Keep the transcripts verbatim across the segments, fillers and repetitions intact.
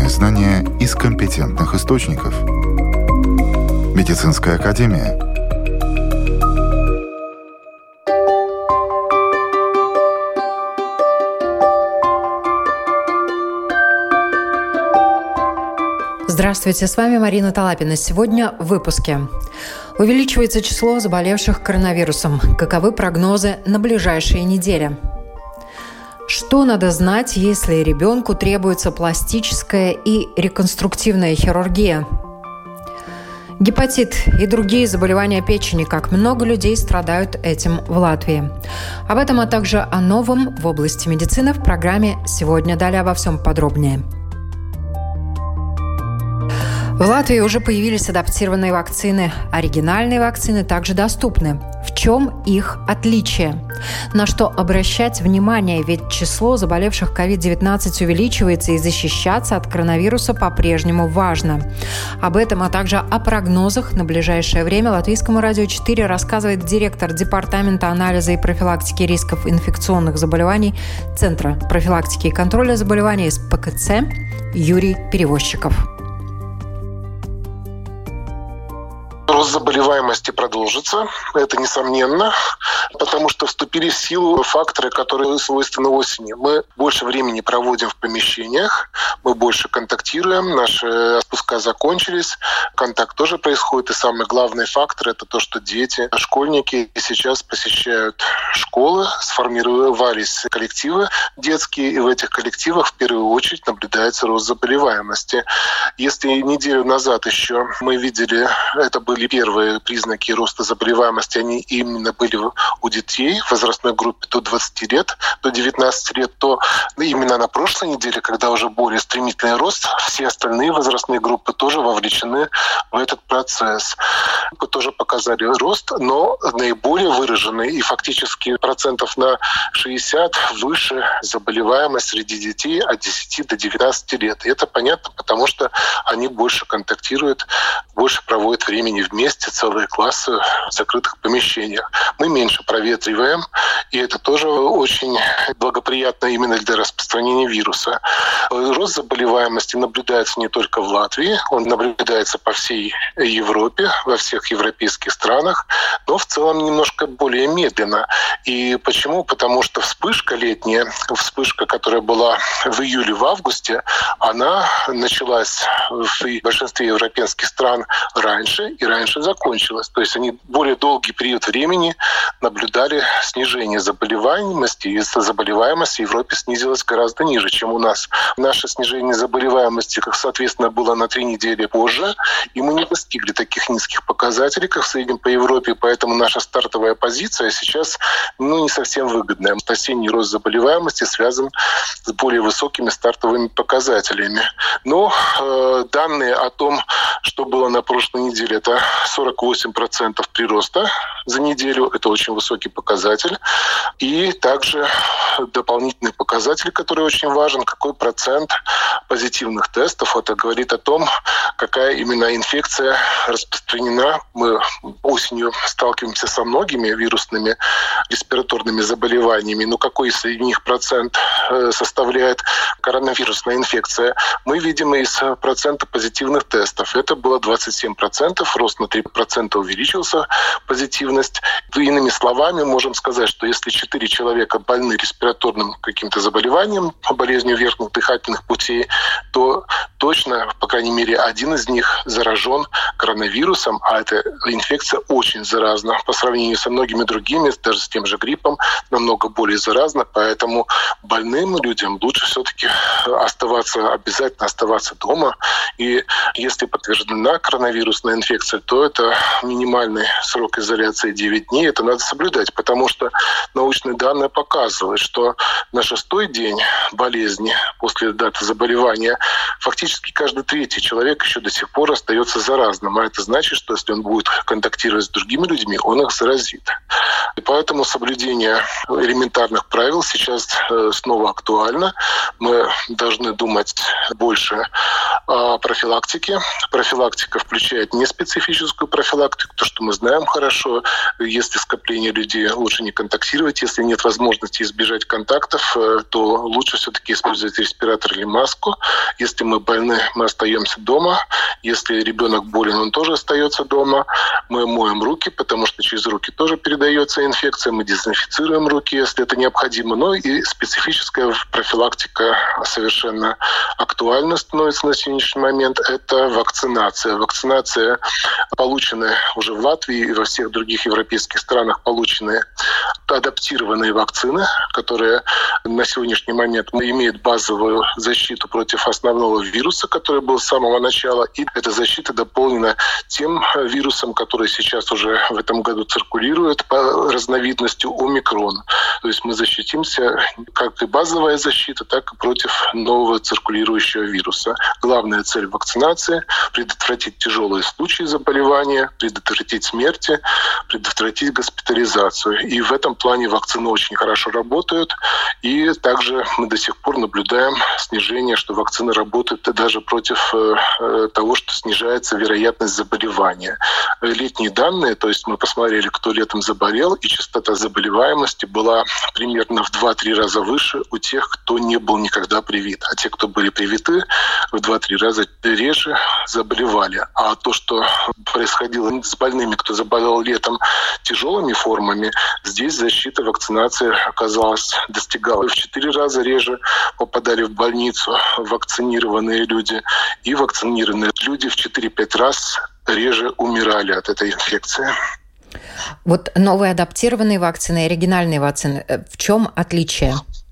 Проверенные знания из компетентных источников. Медицинская академия. Здравствуйте, с вами Марина Талапина. Сегодня в выпуске. Увеличивается число заболевших коронавирусом. Каковы прогнозы на ближайшие недели? Что надо знать, если ребенку требуется пластическая и реконструктивная хирургия? Гепатит и другие заболевания печени. Как много людей страдают этим в Латвии. Об этом, а также о новом в области медицины в программе «Сегодня». Далее обо всем подробнее. В Латвии уже появились адаптированные вакцины. Оригинальные вакцины также доступны. В чем их отличие? На что обращать внимание? Ведь число заболевших ковид девятнадцать увеличивается, и защищаться от коронавируса по-прежнему важно. Об этом, а также о прогнозах на ближайшее время Латвийскому радио четыре рассказывает директор Департамента анализа и профилактики рисков инфекционных заболеваний Центра профилактики и контроля заболеваний эс пэ ка цэ Юрий Перевозчиков. Рост заболеваемости продолжится, это несомненно, потому что вступили в силу факторы, которые свойственны осени. Мы больше времени проводим в помещениях, мы больше контактируем, наши отпуска закончились, контакт тоже происходит. И самый главный фактор — это то, что дети, школьники сейчас посещают школы, сформировались коллективы детские, и в этих коллективах в первую очередь наблюдается рост заболеваемости. Если неделю назад еще мы видели, это были первые признаки роста заболеваемости, они именно были у детей в возрастной группе до двадцати лет, до девятнадцати лет, то именно на прошлой неделе, когда уже более стремительный рост, все остальные возрастные группы тоже вовлечены в этот процесс. Мы тоже показали рост, но наиболее выраженный, и фактически процентов на шестьдесят выше заболеваемость среди детей от десяти до девятнадцати лет. И это понятно, потому что они больше контактируют, больше проводят времени вместе, целые классы в закрытых помещениях. Мы меньше проветриваем, и это тоже очень благоприятно именно для распространения вируса. Рост заболеваемости наблюдается не только в Латвии, он наблюдается по всей Европе, во всех европейских странах, но в целом немножко более медленно. И почему? Потому что вспышка летняя, вспышка, которая была в июле, в августе, она началась в большинстве европейских стран раньше и раньше закончилась. То есть они более долгий период времени наблюдали снижение заболеваемости, и заболеваемость в Европе снизилась гораздо ниже, чем у нас. Наше снижение заболеваемости, как соответственно, было на три недели позже, и мы не достигли таких низких показателей, как в среднем по Европе, поэтому наша стартовая позиция сейчас ну, не совсем выгодная. Осенний рост заболеваемости связан с более высокими стартовыми показателями. Но э, данные о том, что было на прошлой неделе, это сорок восемь процентов прироста за неделю. Это очень высокий показатель. И также дополнительный показатель, который очень важен, какой процент позитивных тестов. Это говорит о том, какая именно инфекция распространена. Мы осенью сталкиваемся со многими вирусными респираторными заболеваниями. Но какой среди них процент составляет коронавирусная инфекция? Мы видим из процента позитивных тестов. Это было двадцать семь процентов, рост на три процента увеличился позитивность. Иными словами, можем сказать, что если четыре человека больны респираторным каким-то заболеванием, болезнью верхних дыхательных путей, то точно, по крайней мере, один из них заражен коронавирусом, а эта инфекция очень заразна. По сравнению со многими другими, даже с тем же гриппом, намного более заразна, поэтому больным людям лучше все-таки оставаться, обязательно оставаться дома. И если подтверждена коронавирусная инфекция, то это минимальный срок изоляции девять дней. Это надо соблюдать, потому что научные данные показывают, что на шестой день болезни после даты заболевания фактически каждый третий человек еще до сих пор остается заразным. А это значит, что если он будет контактировать с другими людьми, он их заразит. И поэтому соблюдение элементарных правил сейчас снова актуально. Мы должны думать больше о профилактике. Профилактика профилактика включает неспецифическую профилактику, то, что мы знаем хорошо. Если скопление людей, лучше не контактировать. Если нет возможности избежать контактов, то лучше все-таки использовать респиратор или маску. Если мы больны, мы остаемся дома. Если ребенок болен, он тоже остается дома. Мы моем руки, потому что через руки тоже передается инфекция. Мы дезинфицируем руки, если это необходимо. Но и специфическая профилактика совершенно актуальна становится на сегодняшний момент. Это вакцинация. Вакцинация получена уже в Латвии и во всех других европейских странах, получены адаптированные вакцины, которые на сегодняшний момент имеют базовую защиту против основного вируса, который был с самого начала. И эта защита дополнена тем вирусом, который сейчас уже в этом году циркулирует по разновидности омикрон. То есть мы защитимся как и базовая защита, так и против нового циркулирующего вируса. Главная цель вакцинации – предотвратить тяжелые случаи заболевания, предотвратить смерти, предотвратить госпитализацию. И в этом плане вакцины очень хорошо работают. И также мы до сих пор наблюдаем снижение, что вакцины работают даже против э, того, что снижается вероятность заболевания. Летние данные, то есть мы посмотрели, кто летом заболел, и частота заболеваемости была примерно в два-три раза выше у тех, кто не был никогда привит. А те, кто были привиты, в два-три раза реже заболевали. А то, что происходило с больными, кто заболел летом тяжелыми формами, здесь защита вакцинации оказалась, достигала в четыре раза реже, попадали в больницу вакцинированные люди, и вакцинированные люди в четыре-пять раз реже умирали от этой инфекции. Вот новые адаптированные вакцины и оригинальные вакцины, в чем отличие?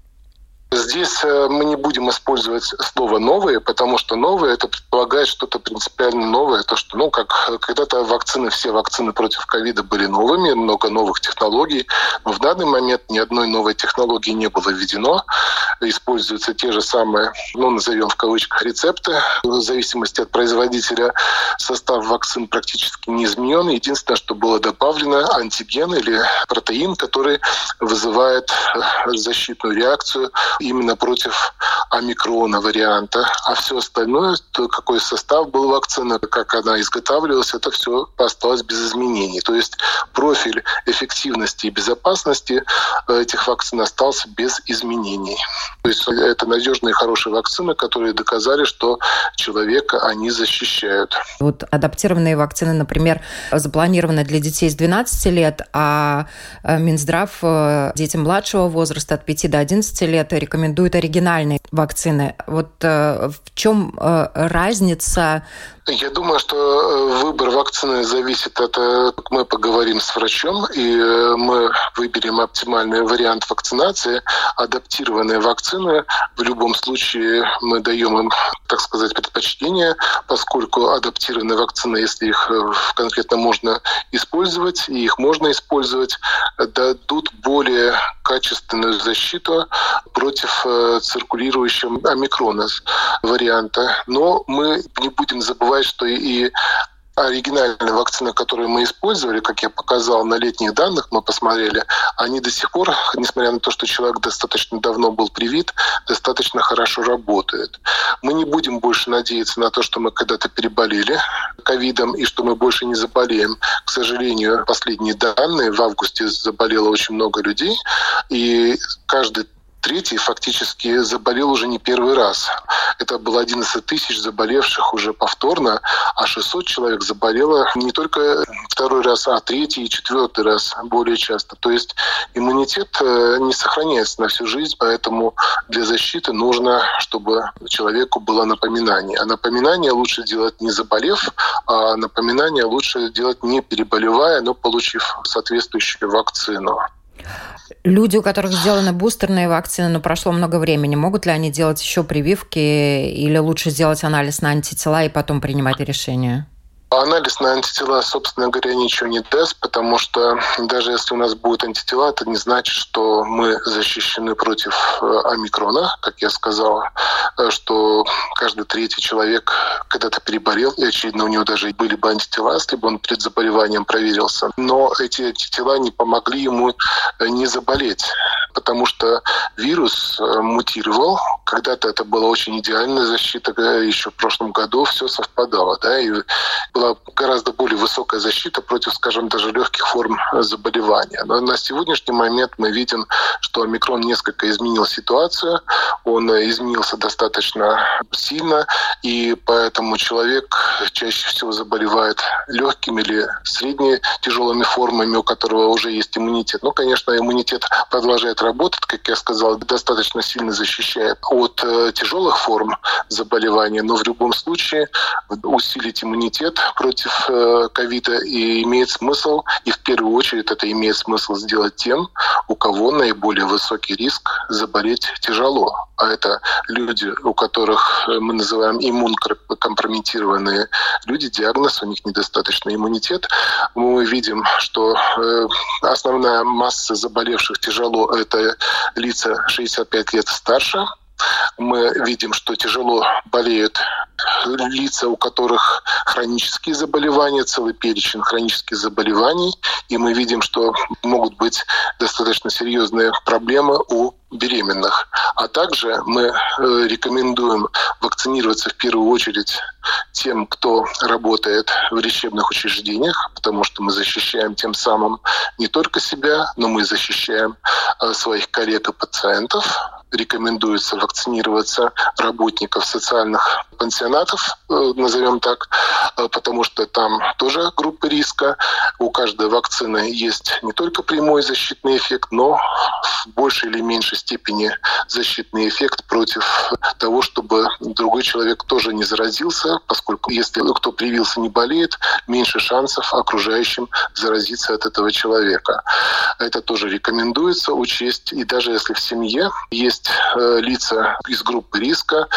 Здесь мы не будем использовать слово «новые», потому что «новые» — это предполагает что-то принципиально новое. То, что, ну, как когда-то вакцины, все вакцины против ковида были новыми, много новых технологий. Но в данный момент ни одной новой технологии не было введено. Используются те же самые, ну, назовем в кавычках, рецепты. В зависимости от производителя состав вакцин практически не изменен. Единственное, что было добавлено, антиген или протеин, который вызывает защитную реакцию именно против омикрона варианта. А все остальное, то какой состав был вакцины, как она изготавливалась, это все осталось без изменений. То есть профиль эффективности и безопасности этих вакцин остался без изменений. То есть это надежные и хорошие вакцины, которые доказали, что человека они защищают. Вот адаптированные вакцины, например, запланированы для детей с двенадцати лет, а Минздрав детям младшего возраста от пяти до одиннадцати лет рекомендует оригинальные вакцины. Вот э, в чем э, разница? Я думаю, что выбор вакцины зависит от... Мы поговорим с врачом, и мы выберем оптимальный вариант вакцинации. Адаптированные вакцины, в любом случае, мы даем им, так сказать, предпочтение, поскольку адаптированные вакцины, если их конкретно можно использовать, и их можно использовать, дадут более качественную защиту против циркулирующего омикрона варианта. Но мы не будем забывать, что и оригинальные вакцины, которые мы использовали, как я показал на летних данных, мы посмотрели, они до сих пор, несмотря на то, что человек достаточно давно был привит, достаточно хорошо работают. Мы не будем больше надеяться на то, что мы когда-то переболели ковидом и что мы больше не заболеем. К сожалению, последние данные, в августе заболело очень много людей, и каждый третий фактически заболел уже не первый раз. Это было одиннадцать тысяч заболевших уже повторно, а шестьсот человек заболело не только второй раз, а третий и четвертый раз более часто. То есть иммунитет не сохраняется на всю жизнь, поэтому для защиты нужно, чтобы человеку было напоминание. А напоминание лучше делать не заболев, а напоминание лучше делать не переболевая, но получив соответствующую вакцину. Люди, у которых сделаны бустерные вакцины, но прошло много времени, могут ли они делать еще прививки или лучше сделать анализ на антитела и потом принимать решение? Анализ на антитела, собственно говоря, ничего не даст, потому что даже если у нас будут антитела, это не значит, что мы защищены против омикрона, как я сказал, что каждый третий человек когда-то переболел, и, очевидно, у него даже были бы антитела, если бы он перед заболеванием проверился. Но эти антитела не помогли ему не заболеть, потому что вирус мутировал, когда-то это была очень идеальная защита, еще в прошлом году все совпадало, да, и была гораздо более высокая защита против, скажем, даже легких форм заболевания. Но на сегодняшний момент мы видим, что омикрон несколько изменил ситуацию, он изменился достаточно сильно, и поэтому человек чаще всего заболевает легкими или средне тяжелыми формами, у которого уже есть иммунитет. Ну, конечно, иммунитет продолжает работать, как я сказал, достаточно сильно защищает от э, тяжелых форм заболевания, но в любом случае усилить иммунитет против ковида э, и имеет смысл, и в первую очередь это имеет смысл сделать тем, у кого наиболее высокий риск заболеть тяжело. А это люди, у которых мы называем иммунокомпрометированные люди, диагноз, у них недостаточный иммунитет. Мы видим, что э, основная масса заболевших тяжело — это лица шестьдесят пять лет и старше. Мы видим, что тяжело болеют лица, у которых хронические заболевания, целый перечень хронических заболеваний. И мы видим, что могут быть достаточно серьезные проблемы у беременных. А также мы рекомендуем вакцинироваться в первую очередь тем, кто работает в лечебных учреждениях, потому что мы защищаем тем самым не только себя, но мы защищаем своих коллег и пациентов. Рекомендуется вакцинироваться работников социальных пансионатов, назовем так, потому что там тоже группы риска. У каждой вакцины есть не только прямой защитный эффект, но в большей или меньшей степени защитный эффект против того, чтобы другой человек тоже не заразился, поскольку если кто привился, не болеет, меньше шансов окружающим заразиться от этого человека. Это тоже рекомендуется учесть. И даже если в семье есть лица из группы риска,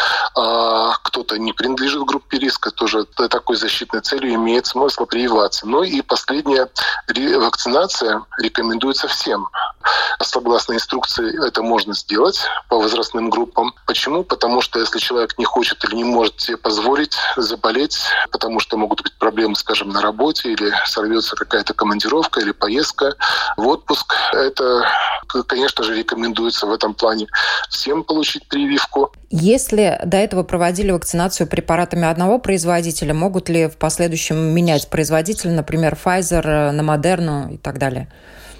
а кто-то не принадлежит к группе риска, тоже такой защитной целью имеет смысл прививаться. Ну и последняя, вакцинация рекомендуется всем. Согласно инструкции, это можно сделать по возрастным группам. Почему? Потому что если человек не хочет или не может себе позволить заболеть, потому что могут быть проблемы, скажем, на работе, или сорвется какая-то командировка или поездка в отпуск, это, конечно же, рекомендуется в этом плане всем получить прививку. Если до этого проводили вакцинацию препаратами одного производителя, могут ли в последующем менять производителя, например, Pfizer на Moderna и так далее?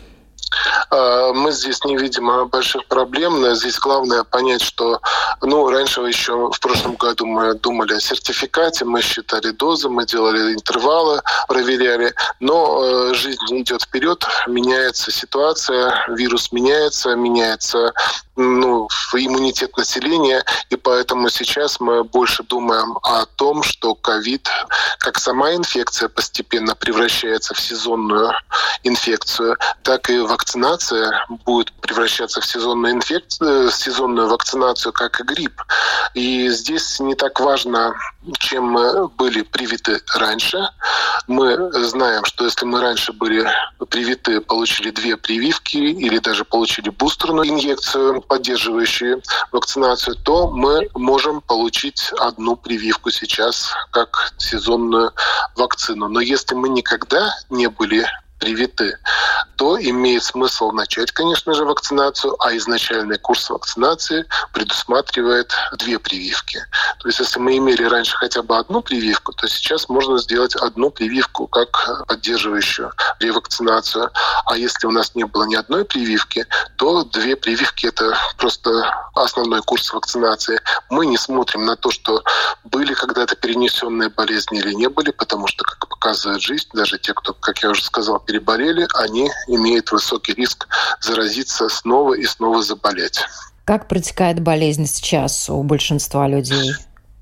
Мы здесь не видим больших проблем. Здесь главное понять, что ну, раньше еще в прошлом году мы думали о сертификате, мы считали дозы, мы делали интервалы, проверяли. Но жизнь идет вперед, меняется ситуация, вирус меняется, меняется ну, иммунитет населения, и поэтому сейчас мы больше думаем о том, что ковид, как сама инфекция постепенно превращается в сезонную инфекцию, так и вакцинация будет превращаться в сезонную инфекцию, сезонную вакцинацию, как и грипп. И здесь не так важно, чем мы были привиты раньше. Мы знаем, что если мы раньше были привиты, получили две прививки или даже получили бустерную инъекцию, поддерживающую вакцинацию, то мы можем получить одну прививку сейчас как сезонную вакцину. Но если мы никогда не были привиты, то имеет смысл начать, конечно же, вакцинацию, а изначальный курс вакцинации предусматривает две прививки. То есть если мы имели раньше хотя бы одну прививку, то сейчас можно сделать одну прививку как поддерживающую ревакцинацию. А если у нас не было ни одной прививки, то две прививки — это просто основной курс вакцинации. Мы не смотрим на то, что были когда-то перенесенные болезни или не были, потому что, как показывает жизнь, даже те, кто, как я уже сказал, переболели, они имеют высокий риск заразиться снова и снова заболеть. Как протекает болезнь сейчас у большинства людей?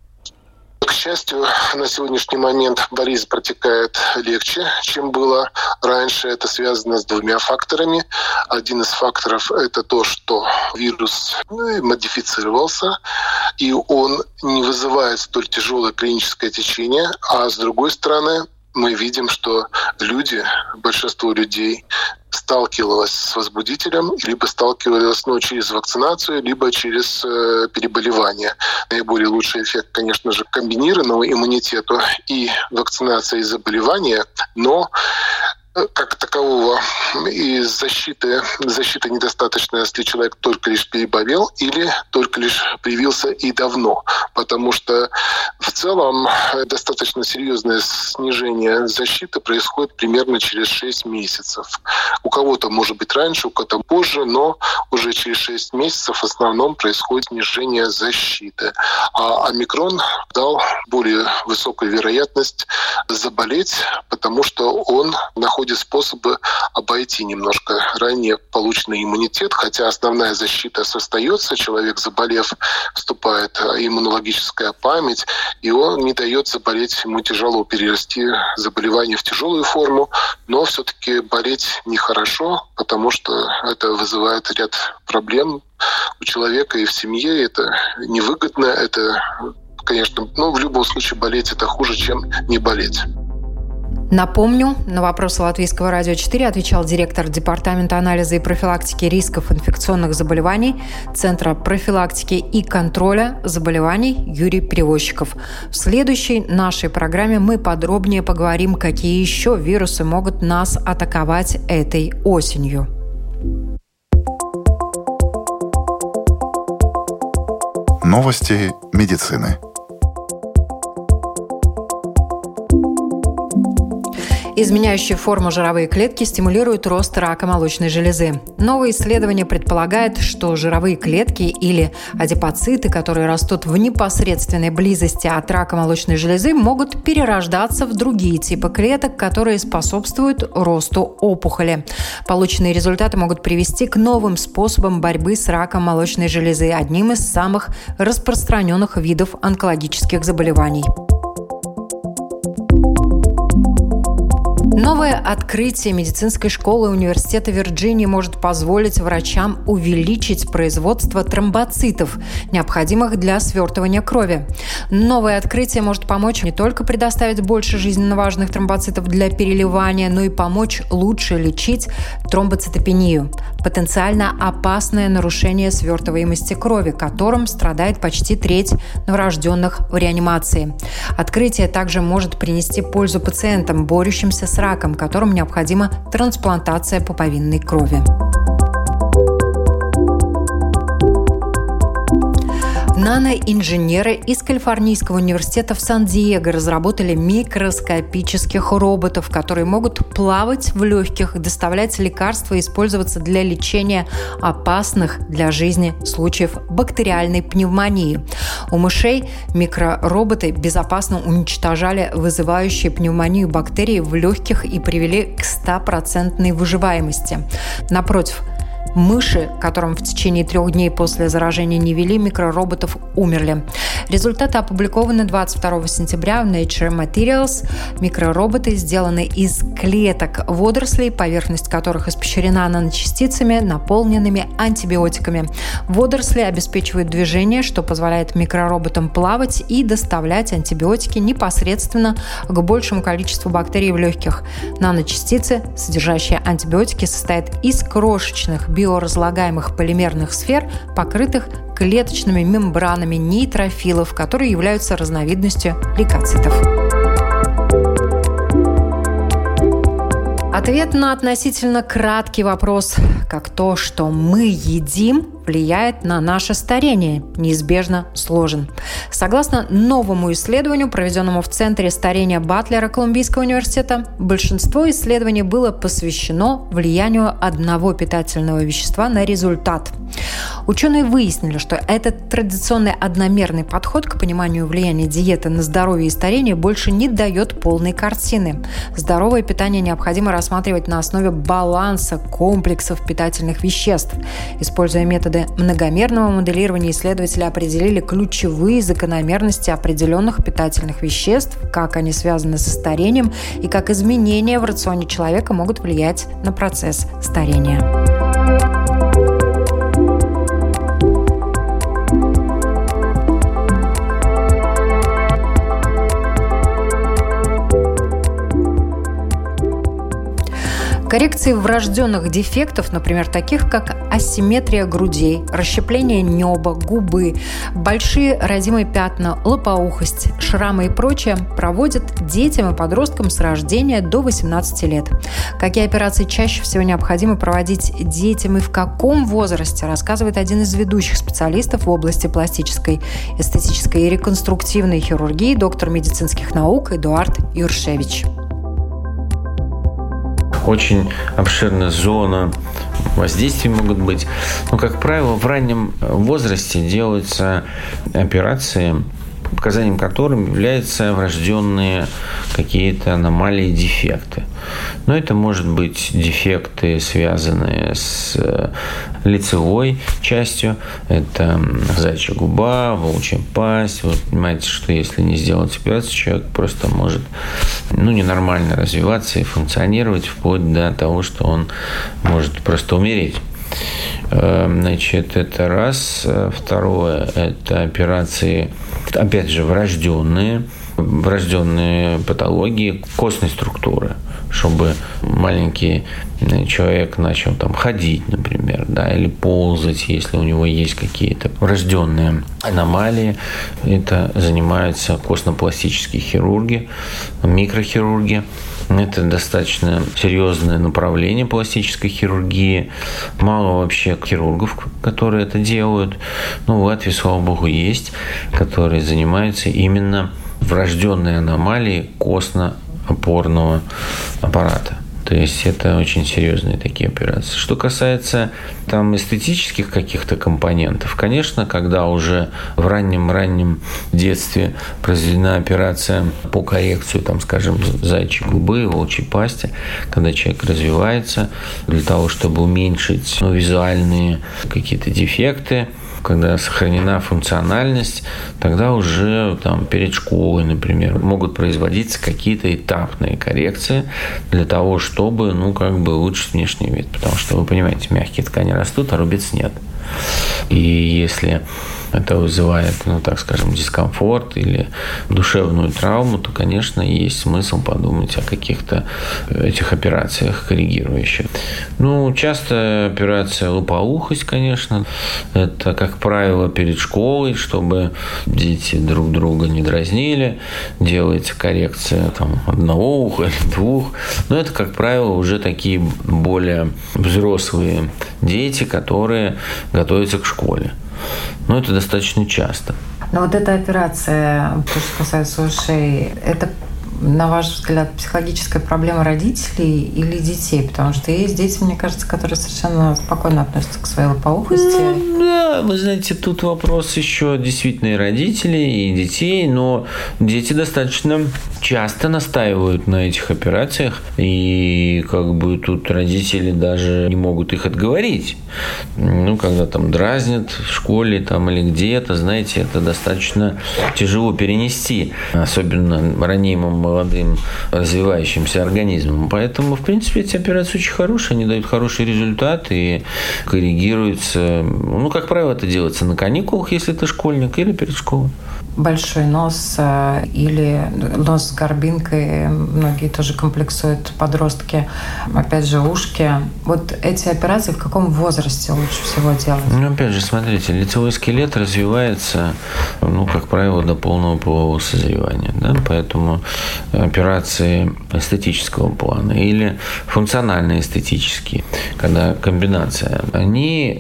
К счастью, на сегодняшний момент болезнь протекает легче, чем было раньше. Это связано с двумя факторами. Один из факторов — это то, что вирус модифицировался, и он не вызывает столь тяжелое клиническое течение. А с другой стороны, мы видим, что люди, большинство людей сталкивалось с возбудителем, либо сталкивалось ну, через вакцинацию, либо через э, переболевание. Наиболее лучший эффект, конечно же, комбинированного иммунитета и вакцинации и заболевания, но как такового из защиты, защиты недостаточно, если человек только лишь переболел или только лишь привился и давно. Потому что в целом достаточно серьезное снижение защиты происходит примерно через шесть месяцев. У кого-то может быть раньше, у кого-то позже, но уже через шесть месяцев в основном происходит снижение защиты. А омикрон дал более высокую вероятность заболеть, потому что он находит способы обойти немножко ранее полученный иммунитет, хотя основная защита остается, человек, заболев, вступает иммунологическая память, и он не дает заболеть, ему тяжело перерасти заболевание в тяжелую форму, но все-таки болеть нехорошо, потому что это вызывает ряд проблем у человека и в семье, это невыгодно, это, конечно, ну, в любом случае болеть это хуже, чем не болеть. Напомню, на вопросы Латвийского радио четыре отвечал директор Департамента анализа и профилактики рисков инфекционных заболеваний Центра профилактики и контроля заболеваний Юрий Перевозчиков. В следующей нашей программе мы подробнее поговорим, какие еще вирусы могут нас атаковать этой осенью. Новости медицины. Изменяющие форму жировые клетки стимулируют рост рака молочной железы. Новое исследование предполагает, что жировые клетки или адипоциты, которые растут в непосредственной близости от рака молочной железы, могут перерождаться в другие типы клеток, которые способствуют росту опухоли. Полученные результаты могут привести к новым способам борьбы с раком молочной железы, одним из самых распространенных видов онкологических заболеваний. Новое открытие медицинской школы Университета Вирджинии может позволить врачам увеличить производство тромбоцитов, необходимых для свертывания крови. Новое открытие может помочь не только предоставить больше жизненно важных тромбоцитов для переливания, но и помочь лучше лечить тромбоцитопению – потенциально опасное нарушение свертываемости крови, которым страдает почти треть новорожденных в реанимации. Открытие также может принести пользу пациентам, борющимся с раком, которым необходима трансплантация пуповинной крови. Наноинженеры из Калифорнийского университета в Сан-Диего разработали микроскопических роботов, которые могут плавать в легких, доставлять лекарства и использоваться для лечения опасных для жизни случаев бактериальной пневмонии. У мышей микророботы безопасно уничтожали вызывающие пневмонию бактерии в легких и привели к стопроцентной выживаемости. Напротив, мыши, которым в течение трех дней после заражения не ввели микророботов, умерли. Результаты опубликованы двадцать второго сентября в Nature Materials. Микророботы сделаны из клеток водорослей, поверхность которых испещрена наночастицами, наполненными антибиотиками. Водоросли обеспечивают движение, что позволяет микророботам плавать и доставлять антибиотики непосредственно к большему количеству бактерий в легких. Наночастицы, содержащие антибиотики, состоят из крошечных биоразлагаемых полимерных сфер, покрытых клеточными мембранами нейтрофилов, которые являются разновидностью лейкоцитов. Ответ на относительно краткий вопрос, как то, что мы едим, влияет на наше старение, неизбежно сложен. Согласно новому исследованию, проведенному в Центре старения Батлера Колумбийского университета, большинство исследований было посвящено влиянию одного питательного вещества на результат. Ученые выяснили, что этот традиционный одномерный подход к пониманию влияния диеты на здоровье и старение больше не дает полной картины. Здоровое питание необходимо рассматривать на основе баланса комплексов питательных веществ. Используя методы многомерного моделирования, исследователи определили ключевые закономерности определенных питательных веществ, как они связаны со старением и как изменения в рационе человека могут влиять на процесс старения. Коррекции врожденных дефектов, например, таких как асимметрия грудей, расщепление неба, губы, большие родимые пятна, лопоухость, шрамы и прочее, проводят детям и подросткам с рождения до восемнадцати лет. Какие операции чаще всего необходимо проводить детям и в каком возрасте, рассказывает один из ведущих специалистов в области пластической, эстетической и реконструктивной хирургии, доктор медицинских наук Эдуард Юршевич. Очень обширная зона воздействий могут быть. Но, как правило, в раннем возрасте делаются операции, показанием которым являются врожденные какие-то аномалии, дефекты. Но это может быть дефекты, связанные с лицевой частью. Это зайчья губа, волчья пасть. Вы понимаете, что если не сделать операцию, человек просто может ну, ненормально развиваться и функционировать вплоть до того, что он может просто умереть. Значит, это раз. Второе – это операции, опять же, врожденные, врожденные патологии костной структуры, чтобы маленький человек начал там ходить, например, да, или ползать, если у него есть какие-то врожденные аномалии. Это занимаются костно-пластические хирурги, микрохирурги. Это достаточно серьезное направление пластической хирургии. Мало вообще хирургов, которые это делают. Но в Латвии, слава богу, есть, которые занимаются именно врожденной аномалией костно-опорного аппарата. То есть это очень серьезные такие операции. Что касается там эстетических каких-то компонентов, конечно, когда уже в раннем-раннем детстве произведена операция по коррекции, там, скажем, зайчьей губы, волчьей пасти, когда человек развивается для того, чтобы уменьшить ну, визуальные какие-то дефекты, когда сохранена функциональность, тогда уже там, перед школой, например, могут производиться какие-то этапные коррекции для того, чтобы ну, как бы улучшить внешний вид. Потому что, вы понимаете, мягкие ткани растут, а рубец нет. И если это вызывает, ну, так скажем, дискомфорт или душевную травму, то, конечно, есть смысл подумать о каких-то этих операциях коррегирующих. Ну, часто операция лопоухость, конечно. Это, как правило, перед школой, чтобы дети друг друга не дразнили. Делается коррекция там, одного уха или двух. Но это, как правило, уже такие более взрослые дети, которые готовятся к школе. Но это достаточно часто. Но вот эта операция, то, что касается ушей, это, на ваш взгляд, психологическая проблема родителей или детей? Потому что есть дети, мне кажется, которые совершенно спокойно относятся к своей лопоухости. Ну, да, вы знаете, тут вопрос еще действительно и родителей, и детей, но дети достаточно часто настаивают на этих операциях, и как бы тут родители даже не могут их отговорить. Ну, когда там дразнят в школе там, или где-то, знаете, это достаточно тяжело перенести, особенно ранимым молодым развивающимся организмом. Поэтому, в принципе, эти операции очень хорошие, они дают хороший результат и коррегируются. Ну, как правило, это делается на каникулах, если ты школьник, или перед школой. Большой нос или нос с горбинкой, многие тоже комплексуют, подростки, опять же, ушки. Вот эти операции в каком возрасте лучше всего делать? Ну, опять же, смотрите, лицевой скелет развивается, ну, как правило, до полного полового созревания, да? Поэтому операции эстетического плана или функционально-эстетические, когда комбинация, они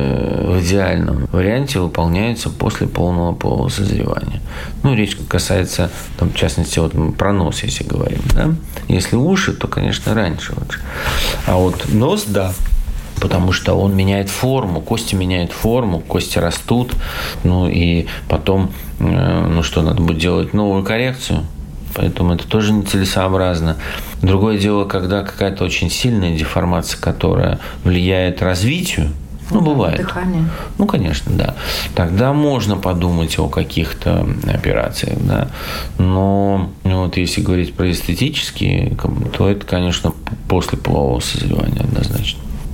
в идеальном варианте выполняются после полного полового созревания. Ну, речь касается, там, в частности, вот про нос, если говорим, да? Если уши, то, конечно, раньше лучше. А вот нос, да, потому что он меняет форму, кости меняют форму, кости растут, ну, и потом, ну, что, надо будет делать новую коррекцию, поэтому это тоже нецелесообразно. Другое дело, когда какая-то очень сильная деформация, которая влияет развитию, ну, бывает. Дыхание. Ну, конечно, да. Тогда можно подумать о каких-то операциях, да. Но вот если говорить про эстетические, то это, конечно, после полового созревания однозначно.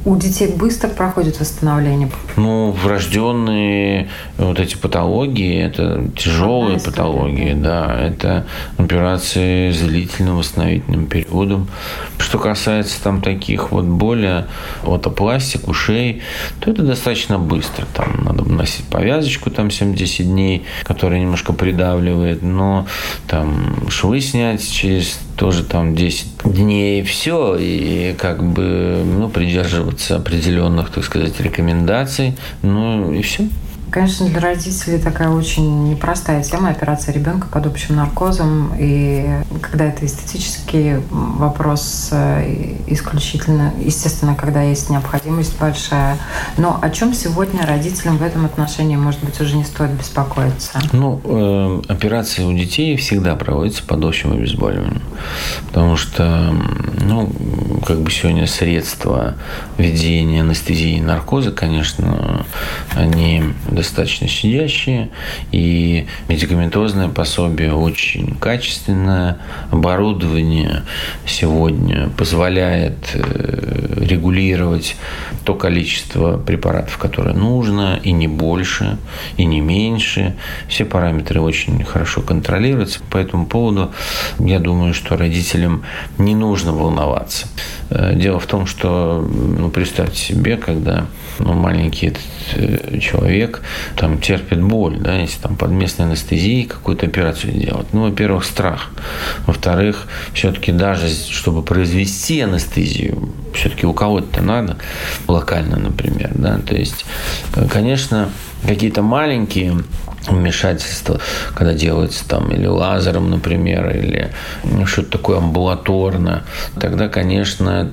У детей быстро проходит восстановление? Ну, врожденные вот эти патологии, это тяжелые Одна патологии, да. да, это операции с длительным восстановительным периодом. Что касается там таких вот более отопластик, ушей, то это достаточно быстро. Там надо носить повязочку там семь-десять дней, которая немножко придавливает, но там швы снять через тоже там десять дней, и все, и как бы, ну, придерживаться определенных, так сказать, рекомендаций, ну, и все. Конечно, для родителей такая очень непростая тема, операция ребенка под общим наркозом. И когда это эстетический вопрос исключительно, естественно, когда есть необходимость большая. Но о чем сегодня родителям в этом отношении, может быть, уже не стоит беспокоиться? Ну, э, операции у детей всегда проводятся под общим обезболиванием. Потому что, ну, как бы сегодня средства введения анестезии и наркоза, конечно, они достаточно щадящие, и медикаментозное пособие очень качественное. Оборудование сегодня позволяет регулировать то количество препаратов, которое нужно, и не больше, и не меньше. Все параметры очень хорошо контролируются. По этому поводу я думаю, что родителям не нужно волноваться. Дело в том, что, ну, представьте себе, когда, ну, маленький этот человек там терпит боль, да, если там под местной анестезией какую-то операцию делать. Ну, во-первых, страх. Во-вторых, все-таки даже, чтобы произвести анестезию, все-таки у кого-то надо, локально, например, да, то есть, конечно, какие-то маленькие вмешательства, когда делается там или лазером, например, или что-то такое амбулаторное, тогда, конечно,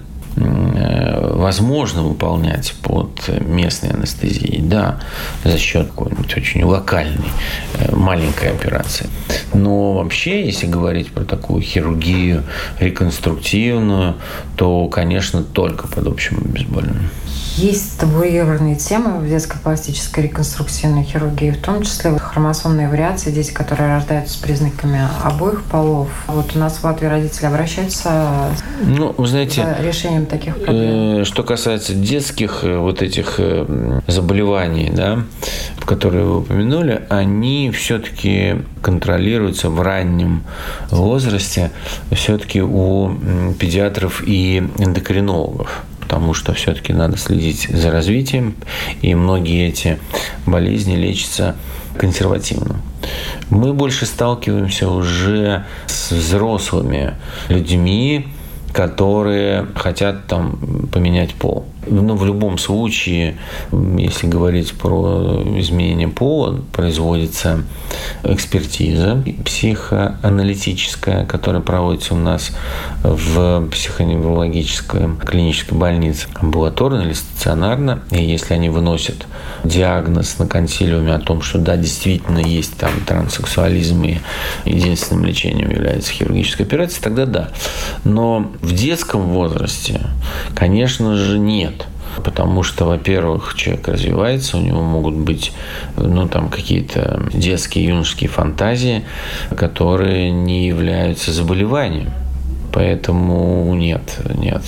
возможно выполнять под местной анестезией, да, за счет какой-нибудь очень локальной, маленькой операции. Но вообще, если говорить про такую хирургию реконструктивную, то, конечно, только под общим обезболиванием. Есть табуированные темы в детской пластической реконструктивной хирургии, в том числе хромосомные вариации, дети, которые рождаются с признаками обоих полов. Вот у нас в Латвии родители обращаются, ну, вы знаете, за решением таких проблем. Что касается детских вот этих заболеваний, да, которые вы упомянули, они все-таки контролируются в раннем возрасте все-таки у педиатров и эндокринологов. Потому что все-таки надо следить за развитием, и многие эти болезни лечатся консервативно. Мы больше сталкиваемся уже с взрослыми людьми, которые хотят там поменять пол. Но в любом случае, если говорить про изменение пола, производится экспертиза психоаналитическая, которая проводится у нас в психоневрологической клинической больнице, амбулаторно или стационарно. И если они выносят диагноз на консилиуме о том, что да, действительно есть там транссексуализм и единственным лечением является хирургическая операция, тогда да. Но в детском возрасте, конечно же, нет. Потому что, во-первых, человек развивается, у него могут быть, ну, там, какие-то детские, юношеские фантазии, которые не являются заболеванием. Поэтому нет, нет.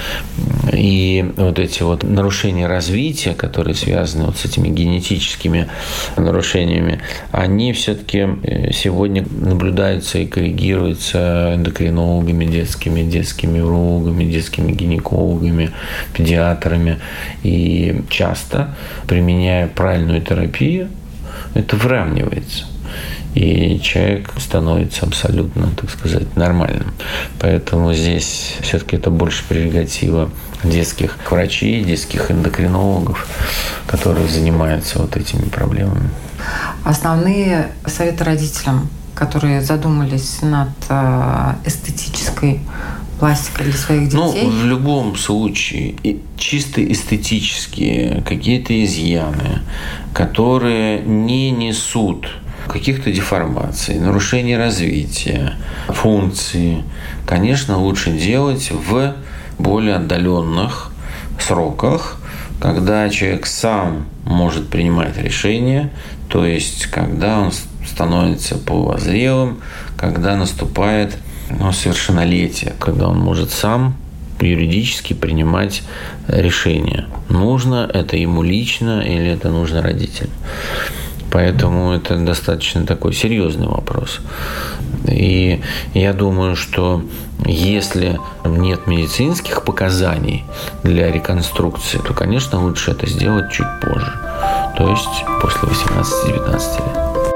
И вот эти вот нарушения развития, которые связаны вот с этими генетическими нарушениями, они все-таки сегодня наблюдаются и коррегируются эндокринологами детскими, детскими урологами, детскими гинекологами, педиатрами. И часто, применяя правильную терапию, это выравнивается. И человек становится абсолютно, так сказать, нормальным. Поэтому здесь все-таки это больше прерогатива детских врачей, детских эндокринологов, которые занимаются вот этими проблемами. Основные советы родителям, которые задумались над эстетической пластикой для своих детей? Ну, в любом случае, чисто эстетические какие-то изъяны, которые не несут каких-то деформаций, нарушений развития, функции, конечно, лучше делать в более отдаленных сроках, когда человек сам может принимать решения, то есть когда он становится половозрелым, когда наступает, ну, совершеннолетие, когда он может сам юридически принимать решение, нужно это ему лично или это нужно родителям. Поэтому это достаточно такой серьезный вопрос. И я думаю, что если нет медицинских показаний для реконструкции, то, конечно, лучше это сделать чуть позже, то есть после восемнадцати-девятнадцати лет.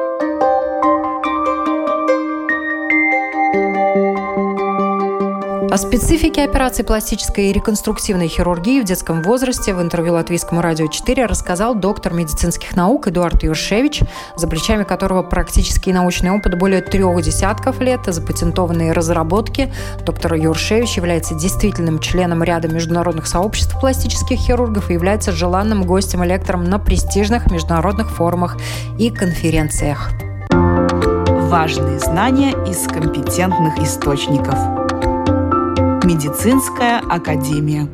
О специфике операции пластической и реконструктивной хирургии в детском возрасте в интервью Латвийскому радио четыре рассказал доктор медицинских наук Эдуард Юршевич, за плечами которого практический научный опыт более трех десятков лет, запатентованные разработки. Доктор Юршевич является действительным членом ряда международных сообществ пластических хирургов и является желанным гостем и лектором на престижных международных форумах и конференциях. Важные знания из компетентных источников. Медицинская академия.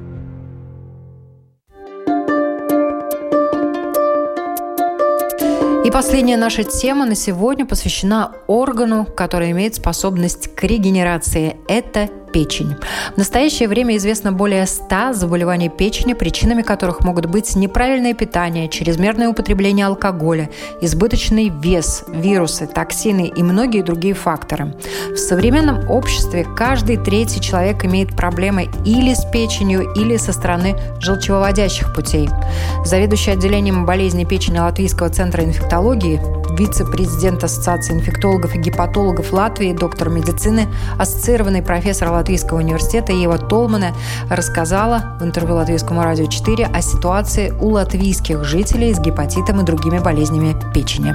И последняя наша тема на сегодня посвящена органу, который имеет способность к регенерации. Это печень. В настоящее время известно более ста заболеваний печени, причинами которых могут быть неправильное питание, чрезмерное употребление алкоголя, избыточный вес, вирусы, токсины и многие другие факторы. В современном обществе каждый третий человек имеет проблемы или с печенью, или со стороны желчевыводящих путей. Заведующий отделением болезней печени Латвийского центра инфектологии, вице-президент Ассоциации инфектологов и гепатологов Латвии, доктор медицины, ассоциированный профессор Латвийского университета Ева Толмане рассказала в интервью Латвийскому радио четыре о ситуации у латвийских жителей с гепатитом и другими болезнями печени.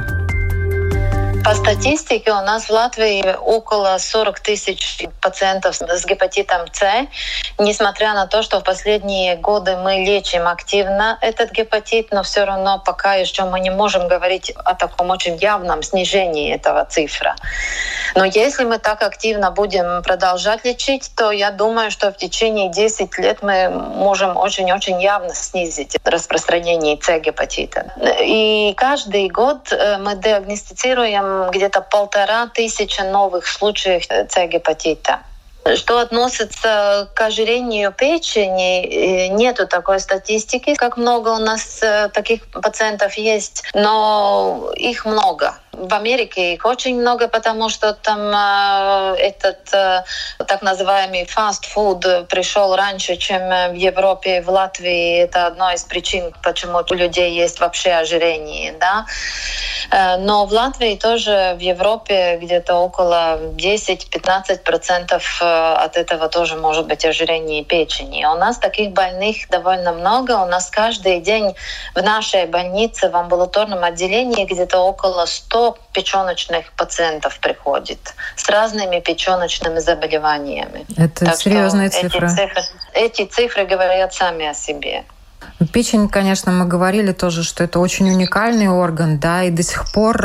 По статистике у нас в Латвии около сорок тысяч пациентов с гепатитом С. Несмотря на то, что в последние годы мы лечим активно этот гепатит, но все равно пока еще мы не можем говорить о таком очень явном снижении этого цифра. Но если мы так активно будем продолжать лечить, то я думаю, что в течение десяти лет мы можем очень-очень явно снизить распространение С-гепатита. И каждый год мы диагностицируем где-то полтора тысячи новых случаев С-гепатита. Что относится к ожирению печени, нету такой статистики, как много у нас таких пациентов есть, но их много. В Америке их очень много, потому что там э, этот э, так называемый фастфуд пришел раньше, чем в Европе и в Латвии. Это одна из причин, почему у людей есть вообще ожирение. Да? Э, но в Латвии тоже, в Европе где-то около десять-пятнадцать процентов от этого тоже может быть ожирение печени. У нас таких больных довольно много. У нас каждый день в нашей больнице, в амбулаторном отделении где-то около ста печёночных пациентов приходит с разными печёночными заболеваниями. Это так серьезные цифры. Эти цифры. Эти цифры говорят сами о себе. Печень, конечно, мы говорили тоже, что это очень уникальный орган, да, и до сих пор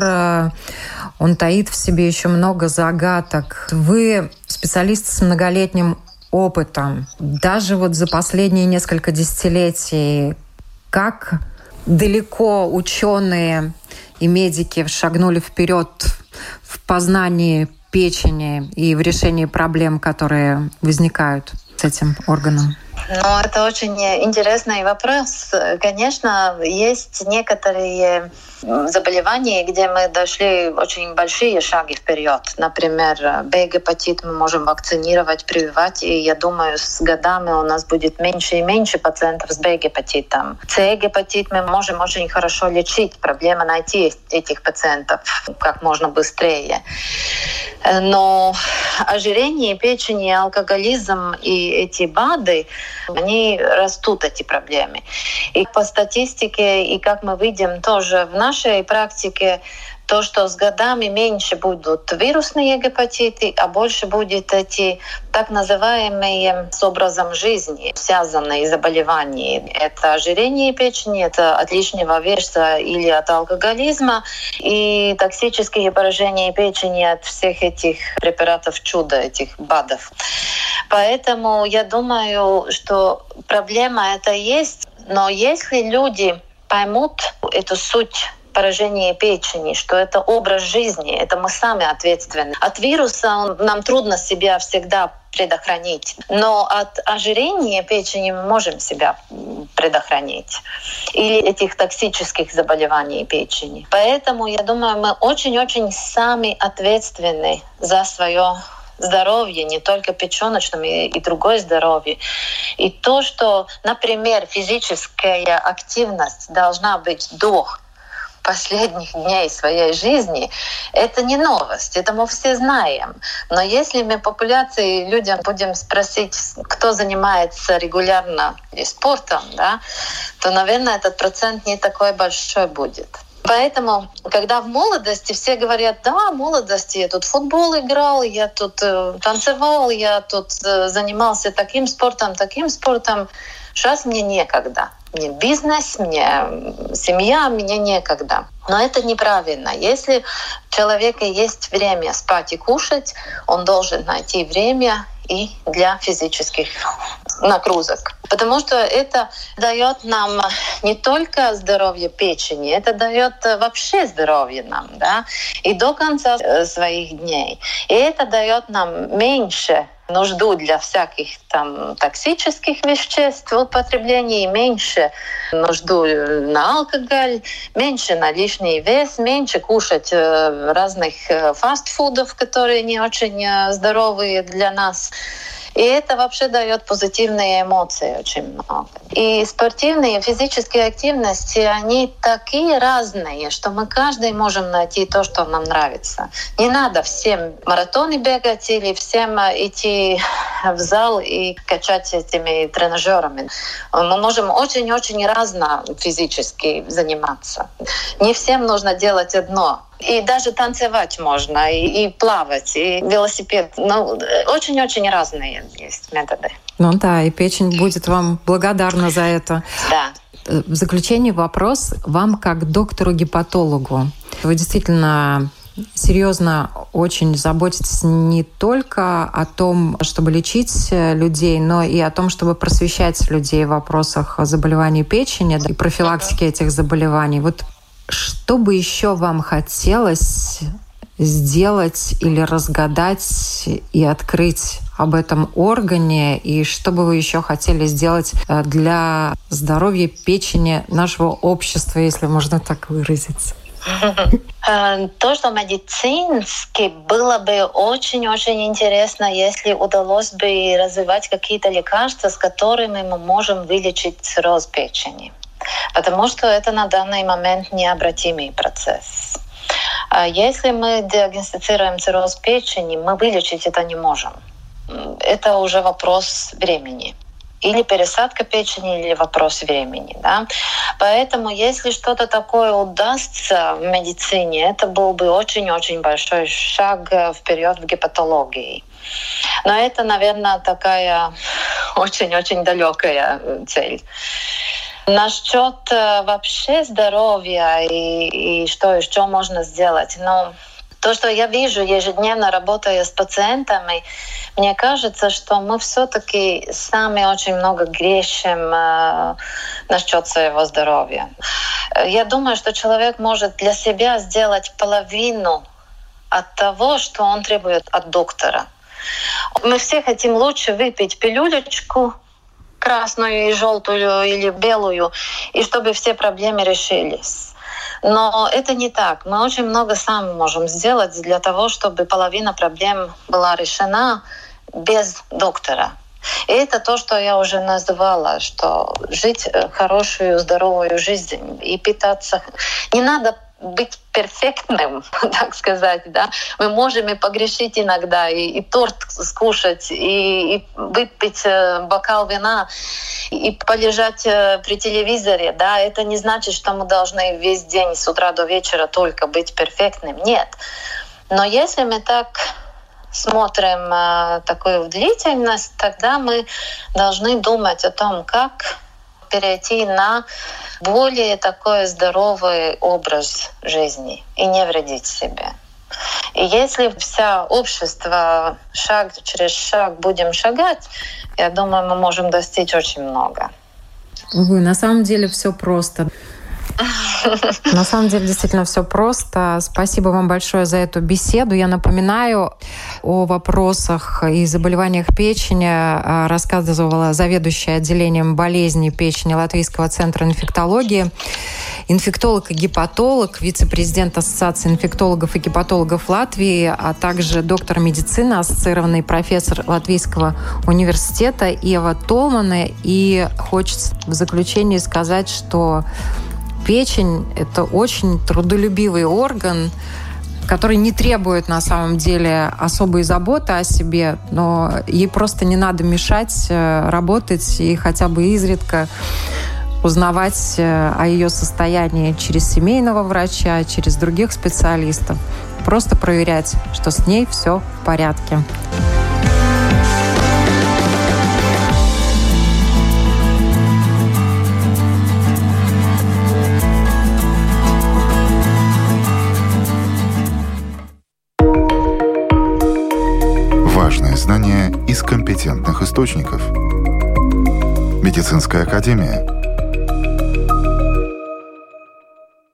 он таит в себе еще много загадок. Вы специалист с многолетним опытом. Даже вот за последние несколько десятилетий, как далеко ученые и медики шагнули вперед в познании печени и в решении проблем, которые возникают с этим органом? Ну, это очень интересный вопрос. Конечно, есть некоторые заболевания, где мы дошли очень большие шаги вперед. Например, Б-гепатит мы можем вакцинировать, прививать, и я думаю, с годами у нас будет меньше и меньше пациентов с Б-гепатитом. С-гепатит мы можем очень хорошо лечить. Проблема найти этих пациентов как можно быстрее. Но ожирение печени, алкоголизм и эти БАДы, они растут, эти проблемы. И по статистике, и как мы видим тоже в нашей практике, то, что с годами меньше будут вирусные гепатиты, а больше будет эти так называемые с образом жизни связанные заболевания. Это ожирение печени, это от лишнего веса или от алкоголизма, и токсические поражения печени от всех этих препаратов чуда, этих БАДов. Поэтому я думаю, что проблема это есть, но если люди поймут эту суть поражение печени, что это образ жизни, это мы сами ответственны. От вируса нам трудно себя всегда предохранить, но от ожирения печени мы можем себя предохранить. Или этих токсических заболеваний печени. Поэтому, я думаю, мы очень-очень сами ответственны за свое здоровье, не только печёночном, и, и другое здоровье. И то, что, например, физическая активность должна быть до последних дней своей жизни, это не новость, это мы все знаем. Но если мы популяции людям будем спросить, кто занимается регулярно спортом, да, то, наверное, этот процент не такой большой будет. Поэтому, когда в молодости все говорят, да, в молодости я тут в футбол играл, я тут э, танцевал, я тут э, занимался таким спортом, таким спортом, сейчас мне некогда. Мне бизнес, мне семья, мне некогда. Но это неправильно. Если у человека есть время спать и кушать, он должен найти время и для физических нагрузок. Потому что это дает нам не только здоровье печени, это дает вообще здоровье нам, да, и до конца своих дней. И это дает нам меньше нужду для всяких там токсических веществ в употреблении, меньше нужду на алкоголь, меньше на лишний вес, меньше кушать разных фастфудов, которые не очень здоровые для нас. И это вообще дает позитивные эмоции очень много. И спортивные, физические активности, они такие разные, что мы каждый можем найти то, что нам нравится. Не надо всем маратоны бегать или всем идти в зал и качать этими тренажерами. Мы можем очень-очень разно физически заниматься. Не всем нужно делать одно. И даже танцевать можно, и, и плавать, и велосипед. Ну, очень-очень разные есть методы. Ну да, и печень будет вам благодарна за это. Да. В заключение вопрос вам как доктору-гепатологу. Вы действительно серьезно очень заботитесь не только о том, чтобы лечить людей, но и о том, чтобы просвещать людей в вопросах заболеваний печени и профилактики этих заболеваний. Вот что бы еще вам хотелось сделать или разгадать и открыть об этом органе, и что бы вы еще хотели сделать для здоровья печени нашего общества, если можно так выразиться? То, что медицински было бы очень-очень интересно, если удалось бы развивать какие-то лекарства, с которыми мы можем вылечить цирроз печени. Потому что это на данный момент необратимый процесс. Если мы диагностицируем цирроз печени, мы вылечить это не можем. Это уже вопрос времени. Или пересадка печени, или вопрос времени. Да? Поэтому если что-то такое удастся в медицине, это был бы очень-очень большой шаг вперед в гепатологии. Но это, наверное, такая очень-очень далекая цель. Насчет вообще здоровья и, и что еще можно сделать. Ну, то, что я вижу ежедневно, работая с пациентами, мне кажется, что мы все-таки сами очень много грешим э, насчет своего здоровья. Я думаю, что человек может для себя сделать половину от того, что он требует от доктора. Мы все хотим лучше выпить пилюлечку, красную и желтую или белую, и чтобы все проблемы решились. Но это не так. Мы очень много сами можем сделать для того, чтобы половина проблем была решена без доктора. И это то, что я уже называла, что жить хорошую, здоровую жизнь и питаться. Не надо быть перфектным, так сказать, да. Мы можем и погрешить иногда, и, и торт скушать, и, и выпить бокал вина, и полежать при телевизоре, да. Это не значит, что мы должны весь день с утра до вечера только быть перфектным. Нет. Но если мы так смотрим э, такую длительность, тогда мы должны думать о том, как перейти на более такой здоровый образ жизни и не вредить себе. И если вся общество шаг через шаг будем шагать, я думаю, мы можем достичь очень много. Увы, на самом деле все просто. На самом деле действительно все просто. Спасибо вам большое за эту беседу. Я напоминаю, о вопросах и заболеваниях печени рассказывала заведующая отделением болезней печени Латвийского центра инфектологии, инфектолог и гепатолог, вице-президент Ассоциации инфектологов и гепатологов Латвии, а также доктор медицины, ассоциированный профессор Латвийского университета Ева Толмана. И хочется в заключении сказать, что печень – это очень трудолюбивый орган, который не требует на самом деле особой заботы о себе, но ей просто не надо мешать работать и хотя бы изредка узнавать о ее состоянии через семейного врача, через других специалистов. Просто проверять, что с ней все в порядке. Важные знания из компетентных источников. Медицинская академия.